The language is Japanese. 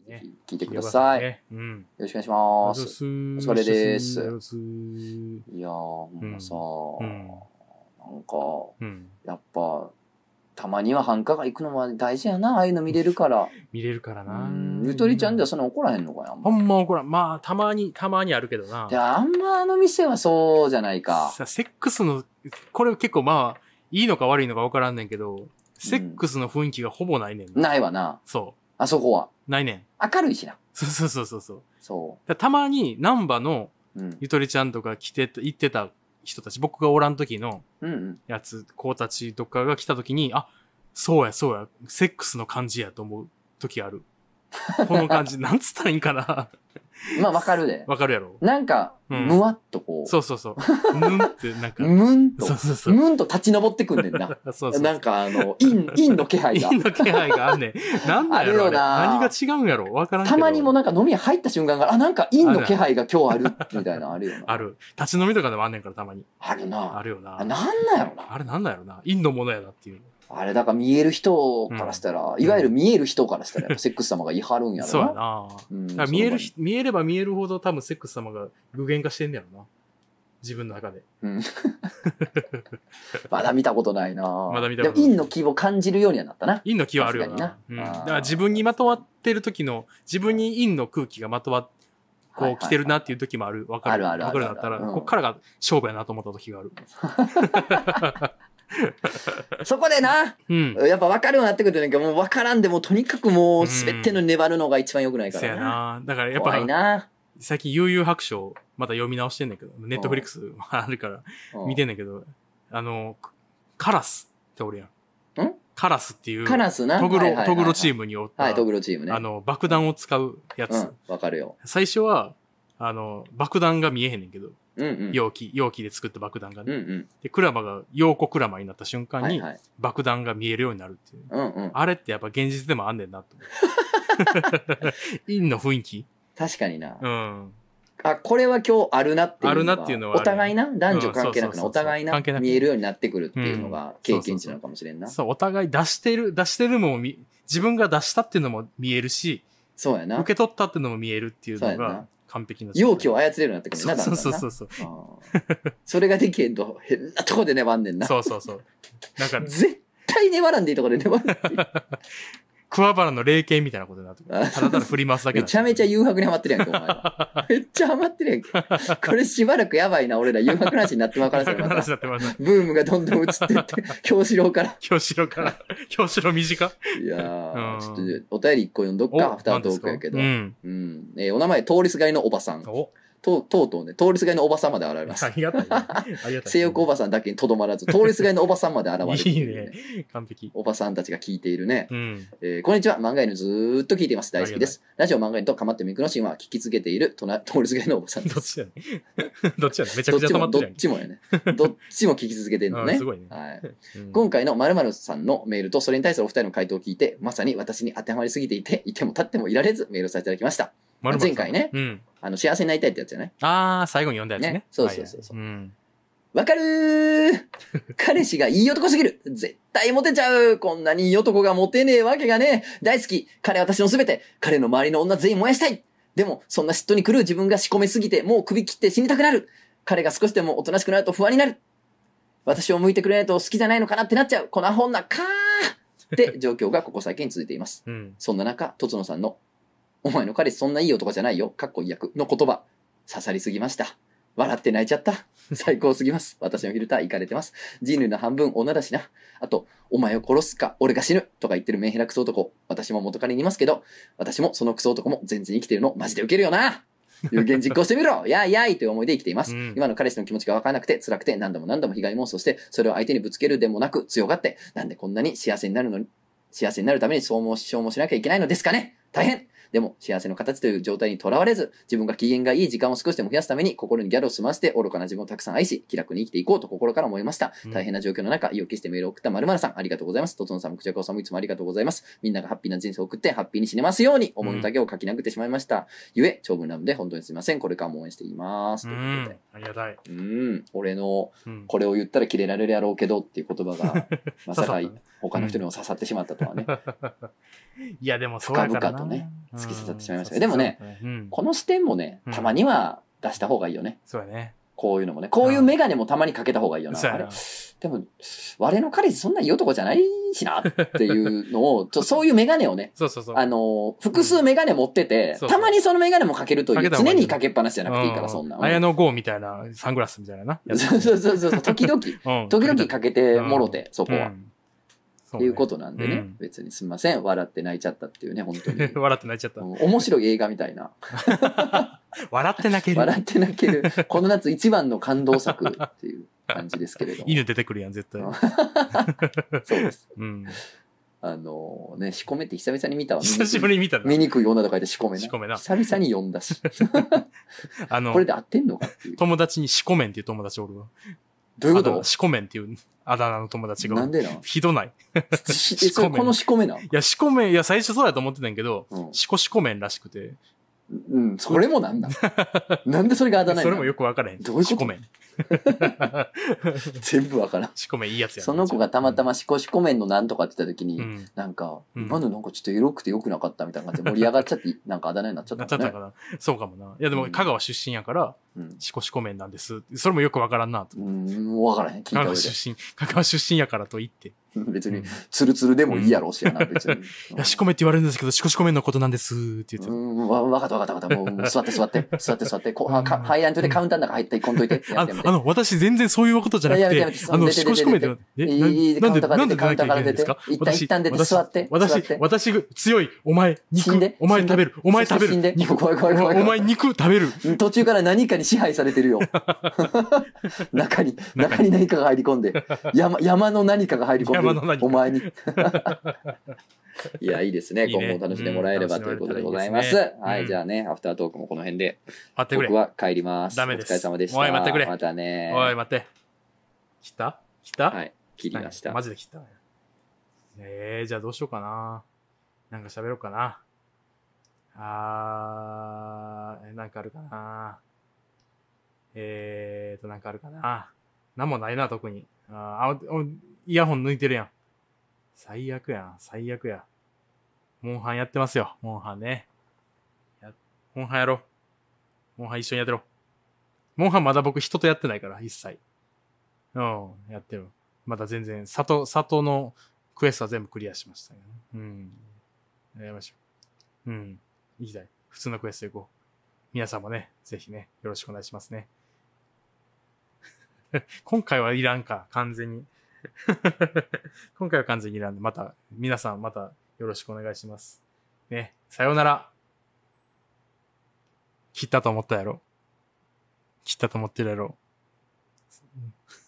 ね。 聞いてください。 ね、うん。 よろしくお願いします。お疲れです。いやー、ほんまさ、なんか、やっぱ、たまには繁華街行くのは大事やな、ああいうの見れるから。 見れるからな。 ゆとりちゃんではそんな怒らへんのかや。 ほんま怒らん。まあ、たまにあるけどな。 いや、あんまあの店はそうじゃないか。 セックスの、これ結構まあ、いいのか悪いのか分からんねんけど、セックスの雰囲気がほぼないねん。 ないわな。 そう。 あそこは。 ないねん。 明るいしな。 そう。たまに、難波の、ゆとりちゃんとか行ってた人たち、僕がおらん時の、やつ、子たちとかが来た時に、あ、そうや、セックスの感じやと思う時ある。この感じ、なんつったらいいんかな。 まあ、わかるで。 わかるやろ。 なんか、むわっとこう。 そう。むんってなんか。 むんと。むんと立ち上ってくんねんな。なんか陰の気配が。 陰の気配があんねん。なんだよな。何が違うんやろわからんけど。 たまにもなんか飲み入った瞬間が、あ、なんか陰の気配が今日ある、みたいなあるよな。 ある。立ち飲みとかでもあんねんから、たまに。 あるな。 あるよな。 なんなんやろな。 あれなんだよな。陰のものやなっていう。 あれ、だから見える人からしたら、いわゆる見える人からしたら、セックス様が言い張るんやろな。 そうやな。見えれば見えるほど多分セックス様が具現化してんねやろな。自分の中で。 まだ見たことないな。 まだ見たことない。 でも陰の気を感じるようにはなったな。 陰の気はあるよな。だから自分にまとわってる時の、自分に陰の空気がまとわって、こう来てるなっていう時もある。わかる。わかるなったら、こっからが勝負やなと思った時がある。 そこでな、やっぱ分かるようになってくるとね、もう分からんでもとにかくもう全ての粘るのが一番良くないからな。 そうやな。だからやっぱ、最近悠々白書また読み直してんねんけど、ネットフリックスあるから見てんねんけど、カラスっておるやん。カラスっていう、 カラスな。 トグロチームにおった、 トグロチームね。 爆弾を使うやつ。 わかるよ。 最初は、爆弾が見えへんねんけど、容器で作った爆弾がね。で、クラマが陽子クラマになった瞬間に、爆弾が見えるようになるっていう。あれってやっぱ現実でもあんねんなと思う。陰の雰囲気確かにな。あ、これは今日あるなっていうのは。お互いな、男女関係なくな、お互いな、見えるようになってくるっていうのが経験値なのかもしれんな。 そう、お互い出してるのも自分が出したっていうのも見えるし、 そうやな。 受け取ったっていうのも見えるっていうのが完璧な。 容器を操れるようになってくるな、だんだんな。 そう。 それができへんと変なとこで粘んねんな。 そう。 なんか、絶対粘らんでいいとこで粘る。 桑原の霊剣みたいなことになってくる。ただただ振り回すだけめちゃめちゃ誘惑にハマってるやんけ、お前は。めっちゃハマってるやんけ。これしばらくやばいな、俺ら誘惑なしになってまうからさ。ブームがどんどん移ってって、京志郎から。京志郎短いやー、ちょっとお便り一個読んどっか、アフタートークやけど。お名前、通りすがりのおばさん。とうとうね、通りすがりのおばさんまで現れます。 ありがたい。 性欲おばさんだけにとどまらず、通りすがりのおばさんまで現れる。 いいね。完璧。 おばさんたちが聞いているね。こんにちは。漫画犬ずーっと聞いています。大好きです。ラジオ漫画犬とかまってみくのしんは聞き続けている通りすがりのおばさんです。 どっちやねめちゃくちゃ溜まってるやん。 どっちもやね。どっちも聞き続けてるのね。 すごいね。 はい。今回の〇〇さんのメールとそれに対するお二人の回答を聞いて、まさに私に当てはまりすぎていて、いても立ってもいられずメールさせていただきました。前回ね、幸せになりたいってやつじゃない？ ああ、最後に読んだやつね。 そう。わかるー彼氏がいい男すぎる絶対モテちゃうこんなにいい男がモテねえわけがねえ大好き彼は私のすべて彼の周りの女全員燃やしたいでも、そんな嫉妬に狂う自分が仕込めすぎて、もう首切って死にたくなる彼が少しでもおとなしくなると不安になる私を向いてくれないと好きじゃないのかなってなっちゃうこのアホ女かーって状況がここ最近続いています。そんな中、とつのさんのお前の彼氏そんないい男じゃないよ。かっこいい役の言葉。刺さりすぎました。笑って泣いちゃった。最高すぎます。私のフィルターイかれてます。人類の半分女だしな。あと、お前を殺すか俺が死ぬとか言ってるメンヘラクソ男。私も元彼にいますけど、私もそのクソ男も全然生きてるのマジでウケるよな。有言実行してみろやいやいという思いで生きています。今の彼氏の気持ちが分からなくて辛くて何度も被害妄想して、それを相手にぶつけるでもなく強がって、なんでこんなに幸せになるために消耗しなきゃいけないのですかね大変でも、幸せの形という状態にとらわれず、自分が機嫌がいい時間を少しでも増やすために、心にギャルを済ませて、愚かな自分をたくさん愛し、気楽に生きていこうと心から思いました。大変な状況の中、意を決してメールを送った〇〇さん、ありがとうございます。とつのさんもくちゃこさんもいつもありがとうございます。みんながハッピーな人生を送って、ハッピーに死ねますように、思いの丈を書き殴ってしまいました。ゆえ、長文なので、本当にすみません。これからも応援しています。ということで。 ありがたい。 俺の、これを言ったらキレられるやろうけどっていう言葉が、まさか他の人にも刺さってしまったとはね。 いや、でもそうやからな。 深々とね、 突き刺さってしまいましたけど、でもね、この視点もね、たまには出した方がいいよね。 そうやね。 こういうのもね。こういうメガネもたまにかけた方がいいよな。あれでも、我の彼氏そんないい男じゃないしなっていうのを、そういうメガネをね、複数メガネ持ってて、たまにそのメガネもかけるという、常にかけっぱなしじゃなくていいから、そんな。 綾野剛みたいなサングラスみたいなな。 そう、時々かけてもろて、そこは。っていうことなんでね、別にすみません。笑って泣いちゃったっていうね、本当に。 笑って泣いちゃった。 面白い映画みたいな。 笑って泣ける。 笑って泣ける。この夏一番の感動作っていう感じですけれども。 犬出てくるやん、絶対。 そうです。仕込めって久々に見たわ。 久しぶりに見たな。 醜い女と書いて仕込めな。 仕込めな。 久々に読んだし。これで合ってんのかっていう。 友達に仕込めんっていう友達おるわ。 どういうこと？ 仕込めんっていうあだ名の友達が。 なんでな？ ひどない。 この仕込めな？ いや、仕込めん、いや、最初そうやと思ってたんやけど、仕込めんらしくて。 それもなんだ。なんでそれがあだ名それもよくわからへん。 どういうこと？ 仕込めん。 全部わからん。 仕込めんいいやつや。 その子がたまたま仕込めんのなんとかって言った時に、なんか、今のなんかちょっとエロくてよくなかったみたいな感じで盛り上がっちゃって、なんかあだ名になっちゃった。 なっちゃったかな。そうかもな。いやでも、香川出身やから、仕込めんなんです。それもよくわからんなと。 わからへん。 香川出身やからと言って。 別に、ツルツルでもいいやろうしやな、別に。 いや、仕込めって言われるんですけど、仕込めんのことなんですって言って。 わかった。もう、座って。ハイランドでカウンターの中入って行こんといて。 私全然そういうことじゃなくて、仕込めって、なんでカウンターから出て、 一旦出て座って。 私が強い、お前食べる、お前肉、 怖い。 お前肉食べる。 途中から何かに支配されてるよ。中に何かが入り込んで、山の何かが入り込んで、お前に。いや、いいですね。今後も楽しんでもらえればということでございます。はい、じゃあね、アフタートークもこの辺で。僕は帰ります。 ダメです。 お疲れ様でした。 おい、待ってくれ。 またね。 おい、待って。来たはい、切りました。 マジで来た。じゃあどうしようかな。なんか喋ろうかな。なんかあるかな。なんかあるかな。なんもないな、特に。イヤホン抜いてるやん。最悪や。モンハンやってますよ。モンハンね。モンハンやろう。モンハン一緒にやってろ。モンハンまだ僕人とやってないから、一切。やってる。まだ全然、里のクエストは全部クリアしましたけどね。やりましょう。行きたい。普通のクエスト行こう。皆さんもね、ぜひね、よろしくお願いしますね。今回はいらんか、完全に。今回は完全にいらんで、皆さんまたよろしくお願いします。ね、さようなら。切ったと思ったやろ。切ったと思ってるやろ。